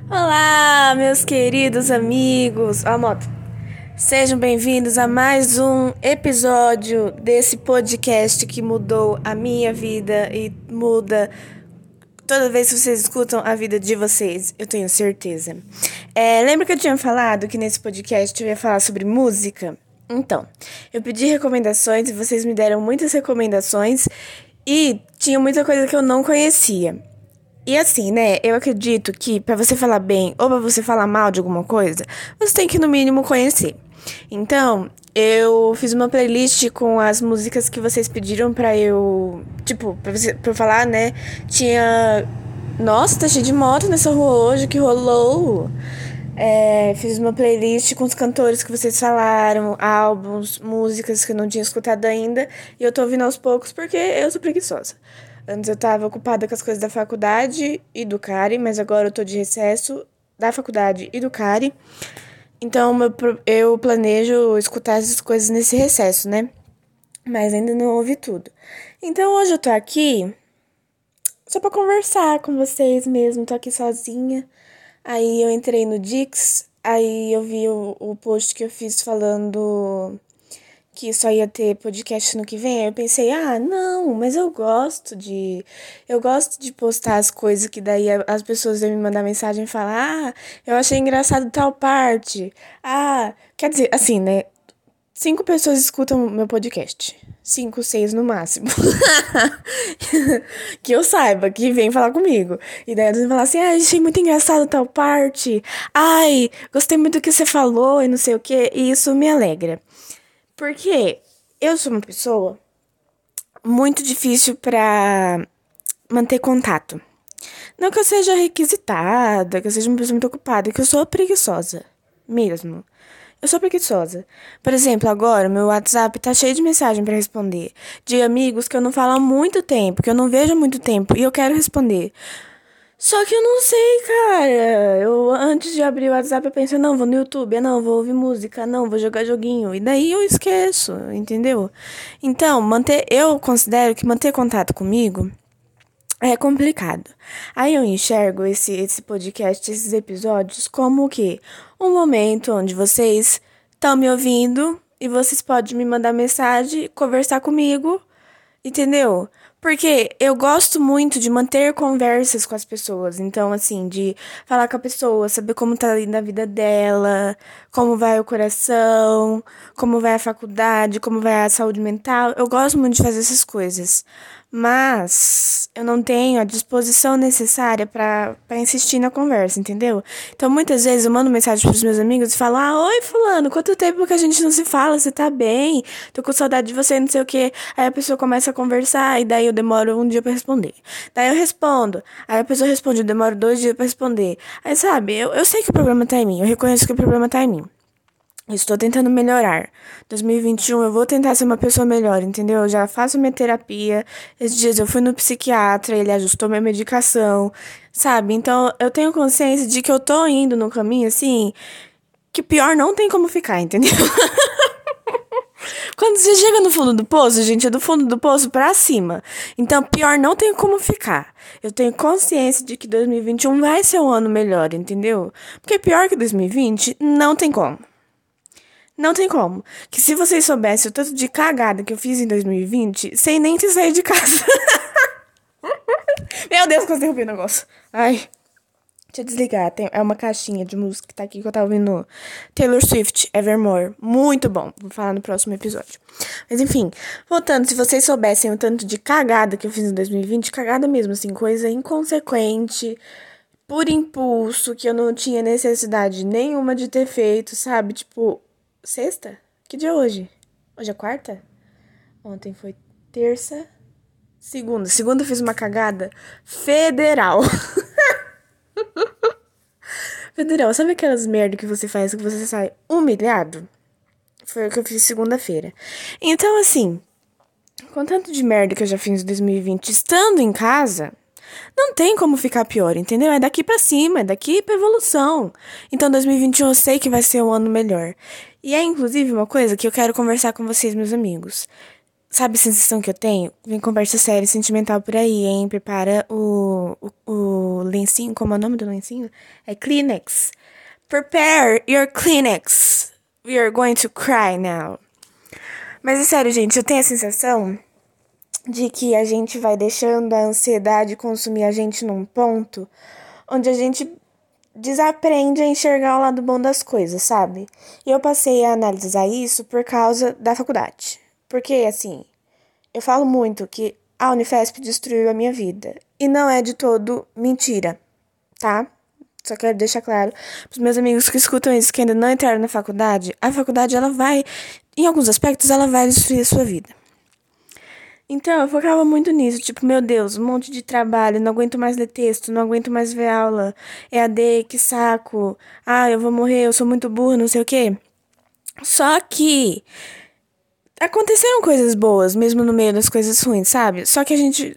Olá, meus queridos amigos. Ó, a moto. Sejam bem-vindos a mais um episódio desse podcast que mudou a minha vida e muda toda vez que vocês escutam a vida de vocês, eu tenho certeza. Lembra que eu tinha falado que nesse podcast eu ia falar sobre música? Então, eu pedi recomendações e vocês me deram muitas recomendações e tinha muita coisa que eu não conhecia. E assim, né, eu acredito que pra você falar bem ou pra você falar mal de alguma coisa, você tem que no mínimo conhecer. Então, eu fiz uma playlist com as músicas que vocês pediram pra eu, pra eu falar, né? Tinha... Nossa, tá cheio de moto nessa rua hoje, que rolou! Fiz uma playlist com os cantores que vocês falaram, álbuns, músicas que eu não tinha escutado ainda, e eu tô ouvindo aos poucos porque eu sou preguiçosa. Antes eu tava ocupada com as coisas da faculdade e do CARI, mas agora eu tô de recesso da faculdade e do CARI. Então eu planejo escutar essas coisas nesse recesso, né? Mas ainda não ouvi tudo. Então hoje eu tô aqui só pra conversar com vocês mesmo. Tô aqui sozinha. Aí eu entrei no Dix, aí eu vi o post que eu fiz falando que só ia ter podcast no que vem. Aí eu pensei, não, mas eu gosto de postar as coisas que daí as pessoas vêm me mandar mensagem e falar, eu achei engraçado tal parte. Quer dizer, assim, né? 5 pessoas escutam meu podcast. 5, 6 no máximo. Que eu saiba, que vem falar comigo. E daí eles vão falar assim, achei muito engraçado tal parte. Gostei muito do que você falou e não sei o quê. E isso me alegra. Porque eu sou uma pessoa muito difícil pra manter contato. Não que eu seja requisitada, que eu seja uma pessoa muito ocupada, que eu sou preguiçosa. Mesmo. Eu sou preguiçosa. Por exemplo, agora meu WhatsApp tá cheio de mensagem pra responder. De amigos que eu não falo há muito tempo, que eu não vejo há muito tempo, e eu quero responder. Só que eu não sei, cara. Eu, antes de abrir o WhatsApp, eu penso, não, vou no YouTube, não, vou ouvir música, não, vou jogar joguinho. E daí eu esqueço, entendeu? Então, eu considero que manter contato comigo é complicado. Aí eu enxergo esse podcast, esses episódios, como o quê? Um momento onde vocês estão me ouvindo e vocês podem me mandar mensagem, conversar comigo, entendeu? Porque eu gosto muito de manter conversas com as pessoas. Então, assim, de falar com a pessoa, saber como tá indo a vida dela, como vai o coração, como vai a faculdade, como vai a saúde mental. Eu gosto muito de fazer essas coisas. Mas eu não tenho a disposição necessária pra insistir na conversa, entendeu? Então, muitas vezes eu mando mensagem pros meus amigos e falo, oi, fulano, quanto tempo que a gente não se fala? Você tá bem? Tô com saudade de você, não sei o quê. Aí a pessoa começa a conversar e daí eu demoro um dia pra responder. Daí eu respondo. Aí a pessoa responde, eu demoro 2 dias pra responder. Aí, sabe, eu sei que o problema tá em mim. Eu reconheço que o problema tá em mim. Estou tentando melhorar. 2021 eu vou tentar ser uma pessoa melhor, entendeu? Eu já faço minha terapia. Esses dias eu fui no psiquiatra, ele ajustou minha medicação, sabe? Então eu tenho consciência de que eu tô indo no caminho, assim, que pior não tem como ficar, entendeu? Quando você chega no fundo do poço, gente, é do fundo do poço pra cima. Então, pior não tem como ficar. Eu tenho consciência de que 2021 vai ser um ano melhor, entendeu? Porque pior que 2020, não tem como. Não tem como. Que se vocês soubessem o tanto de cagada que eu fiz em 2020, sem nem ter saído de casa. Meu Deus, quase derrubei o negócio. Ai. Deixa eu desligar. É uma caixinha de música que tá aqui que eu tava ouvindo. Taylor Swift, Evermore. Muito bom. Vou falar no próximo episódio. Mas enfim, voltando, se vocês soubessem o tanto de cagada que eu fiz em 2020, cagada mesmo, assim, coisa inconsequente, por impulso, que eu não tinha necessidade nenhuma de ter feito, sabe? Tipo, sexta? Que dia é hoje? Hoje é quarta? Ontem foi terça. Segunda eu fiz uma cagada federal. Federal, sabe aquelas merda que você faz que você sai humilhado? Foi o que eu fiz segunda-feira. Então, assim, com tanto de merda que eu já fiz em 2020, estando em casa, não tem como ficar pior, entendeu? É daqui pra cima, é daqui pra evolução. Então, 2021 eu sei que vai ser um ano melhor. E é, inclusive, uma coisa que eu quero conversar com vocês, meus amigos. Sabe a sensação que eu tenho? Vem conversa séria e sentimental por aí, hein? Prepara o lencinho. Como é o nome do lencinho? É Kleenex. Prepare your Kleenex. We are going to cry now. Mas é sério, gente, eu tenho a sensação de que a gente vai deixando a ansiedade consumir a gente num ponto onde a gente desaprende a enxergar o lado bom das coisas, sabe? E eu passei a analisar isso por causa da faculdade. Porque, assim, eu falo muito que a Unifesp destruiu a minha vida. E não é de todo mentira, tá? Só quero deixar claro para os meus amigos que escutam isso, que ainda não entraram na faculdade. A faculdade, ela vai, em alguns aspectos, ela vai destruir a sua vida. Então, eu focava muito nisso, tipo, meu Deus, um monte de trabalho, não aguento mais ler texto, não aguento mais ver aula, EAD, que saco, eu vou morrer, eu sou muito burra, não sei o quê. Só que aconteceram coisas boas, mesmo no meio das coisas ruins, sabe? Só que a gente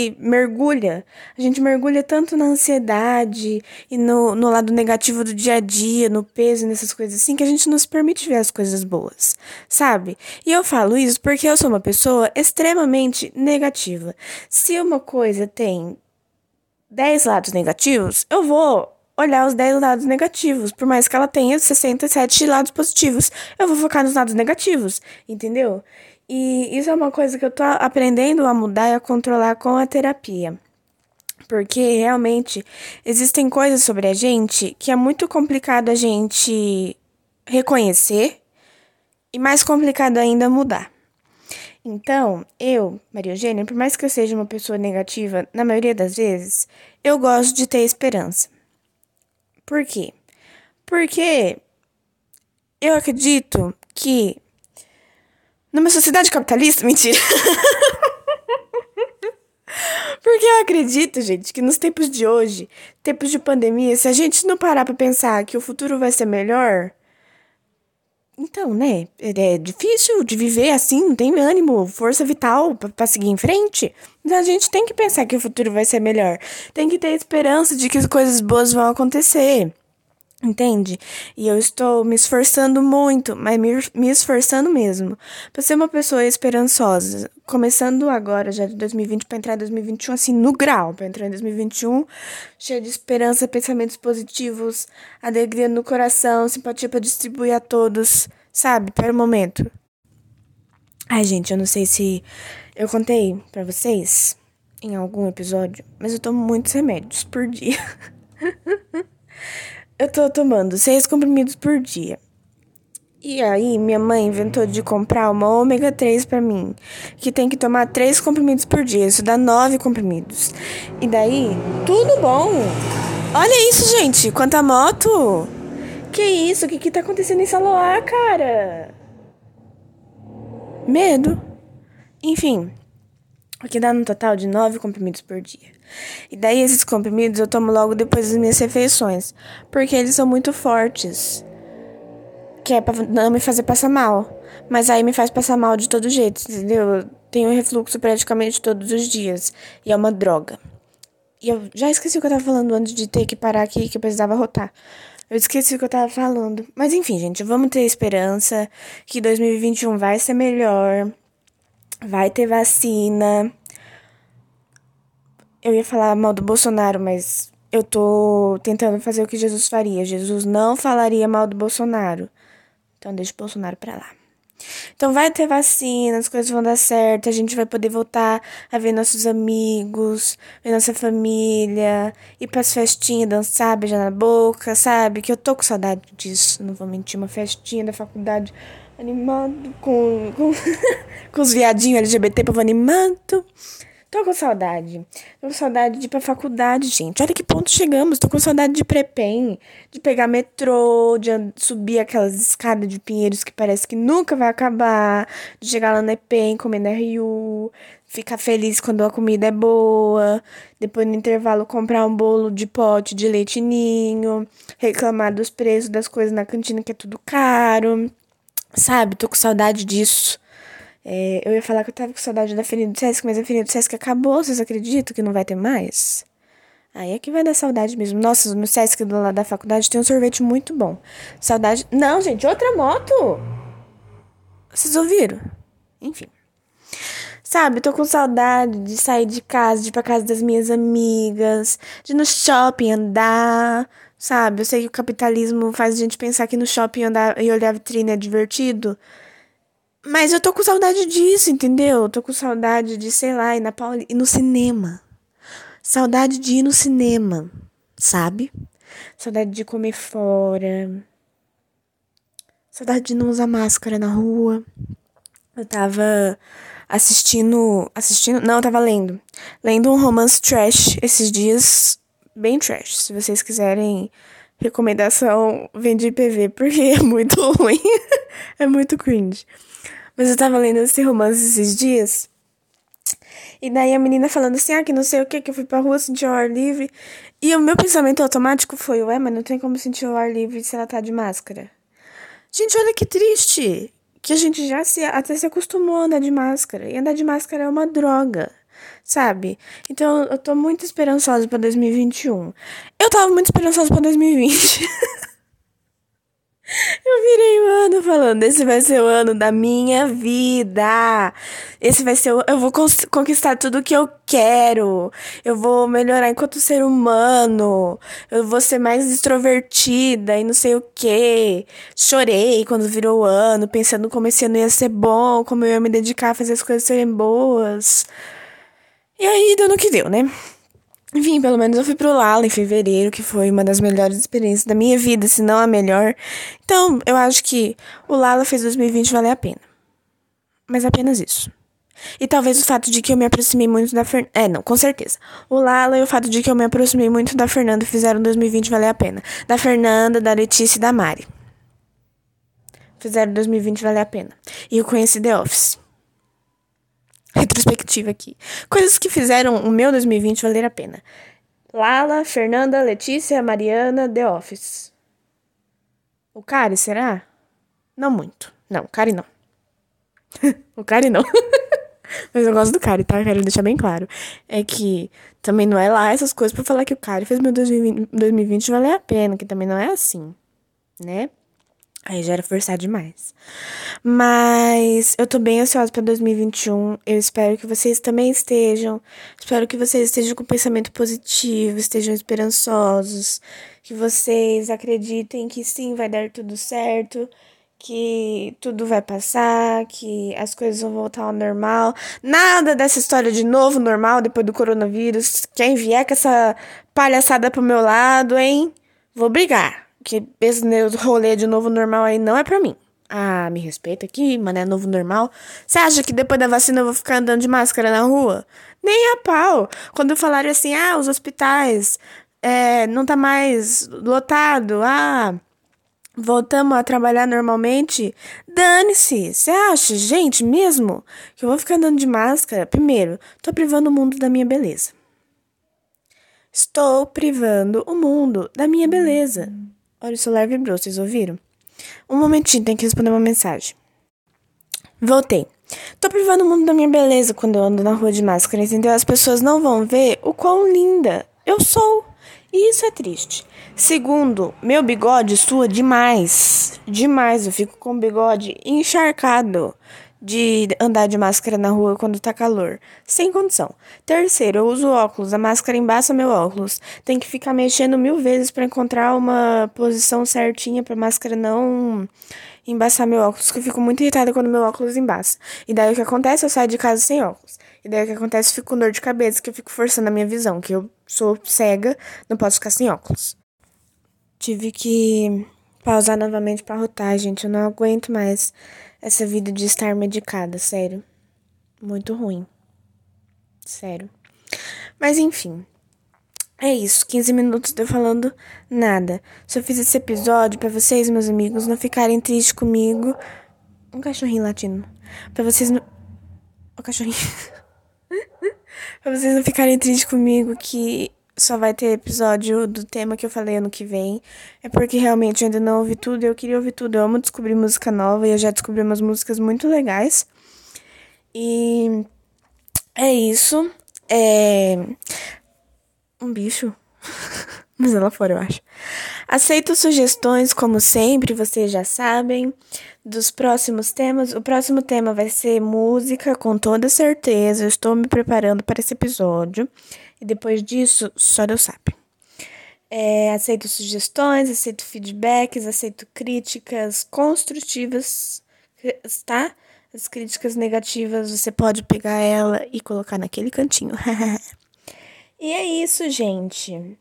mergulha tanto na ansiedade e no lado negativo do dia a dia, no peso, nessas coisas assim, que a gente não se permite ver as coisas boas, sabe? E eu falo isso porque eu sou uma pessoa extremamente negativa. Se uma coisa tem 10 lados negativos, eu vou olhar os 10 lados negativos. Por mais que ela tenha 67 lados positivos, eu vou focar nos lados negativos, entendeu? E isso é uma coisa que eu tô aprendendo a mudar e a controlar com a terapia. Porque realmente existem coisas sobre a gente que é muito complicado a gente reconhecer e mais complicado ainda mudar. Então, eu, Maria Eugênia, por mais que eu seja uma pessoa negativa, na maioria das vezes, eu gosto de ter esperança. Por quê? Porque eu acredito que numa sociedade capitalista, mentira. Porque eu acredito, gente, que nos tempos de hoje, tempos de pandemia, se a gente não parar pra pensar que o futuro vai ser melhor, então, né, é difícil de viver assim, não tem ânimo, força vital pra seguir em frente. Então a gente tem que pensar que o futuro vai ser melhor. Tem que ter esperança de que as coisas boas vão acontecer. Entende? E eu estou me esforçando muito, mas me esforçando mesmo, pra ser uma pessoa esperançosa. Começando agora, já de 2020, pra entrar em 2021, assim, no grau. Pra entrar em 2021, cheia de esperança, pensamentos positivos, alegria no coração, simpatia pra distribuir a todos, sabe? Pera um momento. Ai, gente, eu não sei se eu contei pra vocês em algum episódio, mas eu tomo muitos remédios por dia. Eu tô tomando 6 comprimidos por dia. E aí, minha mãe inventou de comprar uma ômega 3 pra mim, que tem que tomar 3 comprimidos por dia. Isso dá 9 comprimidos. E daí, tudo bom. Olha isso, gente. Quanta moto. Que isso? O que tá acontecendo em Saloá, cara? Medo. Enfim, o que dá no total de 9 comprimidos por dia. E daí esses comprimidos eu tomo logo depois das minhas refeições, porque eles são muito fortes, que é pra não me fazer passar mal. Mas aí me faz passar mal de todo jeito, entendeu? Eu tenho refluxo praticamente todos os dias, e é uma droga. E eu já esqueci o que eu tava falando antes de ter que parar aqui, que eu precisava rotar. Eu esqueci o que eu tava falando. Mas enfim, gente, vamos ter esperança que 2021 vai ser melhor. Vai ter vacina. Eu ia falar mal do Bolsonaro, mas eu tô tentando fazer o que Jesus faria. Jesus não falaria mal do Bolsonaro. Então deixa o Bolsonaro pra lá. Então vai ter vacina, as coisas vão dar certo, a gente vai poder voltar a ver nossos amigos, ver nossa família, ir pras festinhas, dançar, beijar na boca, sabe? Que eu tô com saudade disso, não vou mentir, uma festinha da faculdade animado com os viadinhos LGBT, povo animado. Tô com saudade. Tô com saudade de ir pra faculdade, gente. Olha que ponto chegamos. Tô com saudade de prepem, de pegar metrô, de subir aquelas escadas de Pinheiros que parece que nunca vai acabar, de chegar lá na EPEM, comer na RU, ficar feliz quando a comida é boa, depois no intervalo comprar um bolo de pote de leite ninho, reclamar dos preços das coisas na cantina que é tudo caro, sabe? Tô com saudade disso. Eu ia falar que eu tava com saudade da feirinha do Sesc, mas a feirinha do Sesc acabou, vocês acreditam que não vai ter mais? Aí é que vai dar saudade mesmo. Nossa, no Sesc do lado da faculdade tem um sorvete muito bom. Saudade... Não, gente, outra moto! Vocês ouviram? Enfim. Sabe, tô com saudade de sair de casa, de ir pra casa das minhas amigas, de ir no shopping andar, sabe? Eu sei que o capitalismo faz a gente pensar que no shopping andar e olhar a vitrine é divertido, mas eu tô com saudade disso, entendeu? Eu tô com saudade de, sei lá, ir no cinema. Saudade de ir no cinema, sabe? Saudade de comer fora. Saudade de não usar máscara na rua. Eu tava não, eu tava lendo um romance trash esses dias, bem trash. Se vocês quiserem recomendação, vem de IPV, porque é muito ruim, é muito cringe. Mas eu tava lendo esse romance esses dias, e daí a menina falando assim, que não sei o que eu fui pra rua sentir o ar livre, e o meu pensamento automático foi, ué, mas não tem como sentir o ar livre se ela tá de máscara. Gente, olha que triste. Que a gente até se acostumou a andar de máscara. E andar de máscara é uma droga, sabe? Então eu tô muito esperançosa pra 2021. Eu tava muito esperançosa pra 2020. Eu virei o ano falando, esse vai ser o ano da minha vida. Esse vai ser eu vou conquistar tudo que eu quero. Eu vou melhorar enquanto ser humano. Eu vou ser mais extrovertida e não sei o quê. Chorei quando virou o ano, pensando como esse ano ia ser bom, como eu ia me dedicar a fazer as coisas serem boas. E aí deu no que deu, né? Enfim, pelo menos eu fui pro Lala em fevereiro, que foi uma das melhores experiências da minha vida, se não a melhor. Então, eu acho que o Lala fez 2020 valer a pena. Mas apenas isso. E talvez o fato de que eu me aproximei muito da Fernanda. Não, com certeza. O Lala e o fato de que eu me aproximei muito da Fernanda fizeram 2020 valer a pena. Da Fernanda, da Letícia e da Mari. Fizeram 2020 valer a pena. E eu conheci The Office. Retrospectiva aqui. Coisas que fizeram o meu 2020 valer a pena. Lala, Fernanda, Letícia, Mariana, The Office. O Kari, será? Não muito. Não, o Kari não. O Kari não. Mas eu gosto do Kari, tá? Eu quero deixar bem claro. É que também não é lá essas coisas pra falar que o Kari fez meu 2020 valer a pena. Que também não é assim, né? Aí já era forçar demais. Mas eu tô bem ansiosa pra 2021. Eu espero que vocês também estejam. Espero que vocês estejam com pensamento positivo, estejam esperançosos. Que vocês acreditem que sim, vai dar tudo certo. Que tudo vai passar, que as coisas vão voltar ao normal. Nada dessa história de novo normal depois do coronavírus. Quem vier com essa palhaçada pro meu lado, hein? Vou brigar. Que esse rolê de novo normal aí não é pra mim. Ah, me respeita aqui, mano, é novo normal. Você acha que depois da vacina eu vou ficar andando de máscara na rua? Nem a pau. Quando falaram assim, os hospitais não tá mais lotado, voltamos a trabalhar normalmente, dane-se. Você acha, gente, mesmo que eu vou ficar andando de máscara? Primeiro, tô privando o mundo da minha beleza. Estou privando o mundo da minha beleza. Olha, o celular vibrou, vocês ouviram? Um momentinho, tem que responder uma mensagem. Voltei. Tô privando o mundo da minha beleza quando eu ando na rua de máscara, entendeu? As pessoas não vão ver o quão linda eu sou. E isso é triste. Segundo, meu bigode sua demais. Demais, eu fico com o bigode encharcado de andar de máscara na rua quando tá calor. Sem condição. Terceiro, eu uso óculos. A máscara embaça meu óculos. Tem que ficar mexendo 1000 vezes pra encontrar uma posição certinha pra máscara não embaçar meu óculos, que eu fico muito irritada quando meu óculos embaça. E daí o que acontece? Eu saio de casa sem óculos. E daí o que acontece? Eu fico com dor de cabeça, que eu fico forçando a minha visão, que eu sou cega, não posso ficar sem óculos. Tive que pausar novamente pra rotar, gente. Eu não aguento mais essa vida de estar medicada, sério. Muito ruim. Sério. Mas enfim. É isso, 15 minutos de eu falando nada. Só fiz esse episódio pra vocês, meus amigos, não ficarem tristes comigo. Um cachorrinho latino. Pra vocês não... O cachorrinho. Pra vocês não ficarem tristes comigo que só vai ter episódio do tema que eu falei ano que vem. É porque realmente eu ainda não ouvi tudo e eu queria ouvir tudo. Eu amo descobrir música nova e eu já descobri umas músicas muito legais. E é isso. Um bicho. Mas é lá fora, eu acho. Aceito sugestões, como sempre, vocês já sabem, dos próximos temas. O próximo tema vai ser música, com toda certeza. Eu estou me preparando para esse episódio. E depois disso, só Deus sabe. Aceito sugestões, aceito feedbacks, aceito críticas construtivas, tá? As críticas negativas, você pode pegar ela e colocar naquele cantinho. E é isso, gente.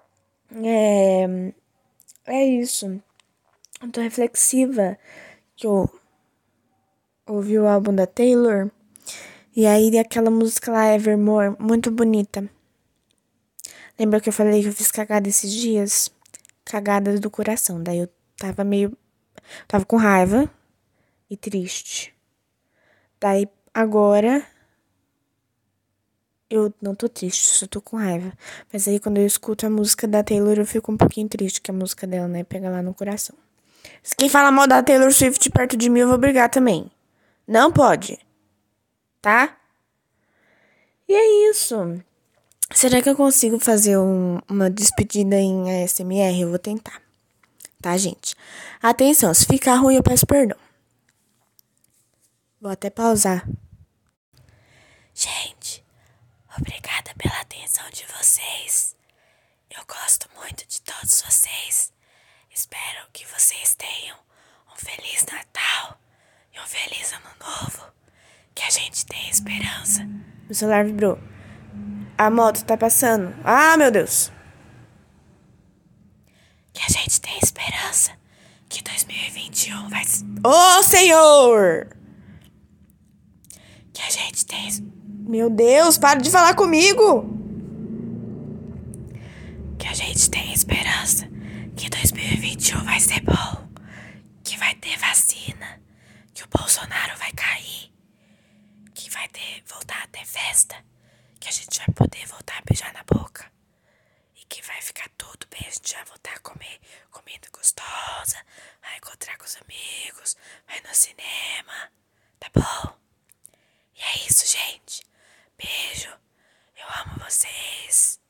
É isso. Eu tô reflexiva que eu ouvi o álbum da Taylor. E aí aquela música lá, Evermore, muito bonita. Lembra que eu falei que eu fiz cagada esses dias? Cagadas do coração. Daí eu tava meio... Tava com raiva e triste. Daí agora eu não tô triste, só tô com raiva. Mas aí quando eu escuto a música da Taylor eu fico um pouquinho triste, que é a música dela, né? Pega lá no coração. Se quem fala mal da Taylor Swift perto de mim, eu vou brigar também. Não pode, tá? E é isso. Será que eu consigo fazer uma despedida em ASMR? Eu vou tentar. Tá, gente? Atenção, se ficar ruim eu peço perdão. Vou até pausar. Gente, obrigada pela atenção de vocês. Eu gosto muito de todos vocês. Espero que vocês tenham um Feliz Natal e um Feliz Ano Novo. Que a gente tenha esperança. Meu celular vibrou. A moto tá passando. Ah, meu Deus. Que a gente tenha esperança. Que 2021 vai... Ô, Senhor! Que a gente tenha... Meu Deus, para de falar comigo! Que a gente tenha esperança. Que 2021 vai ser bom. Que vai ter vacina. Que o Bolsonaro vai cair. Que vai voltar a ter festa. Que a gente vai poder voltar a beijar na boca. E que vai ficar tudo bem. A gente vai voltar a comer comida gostosa. Vai encontrar com os amigos. Vai no cinema. Tá bom? E é isso, gente. Beijo. Eu amo vocês.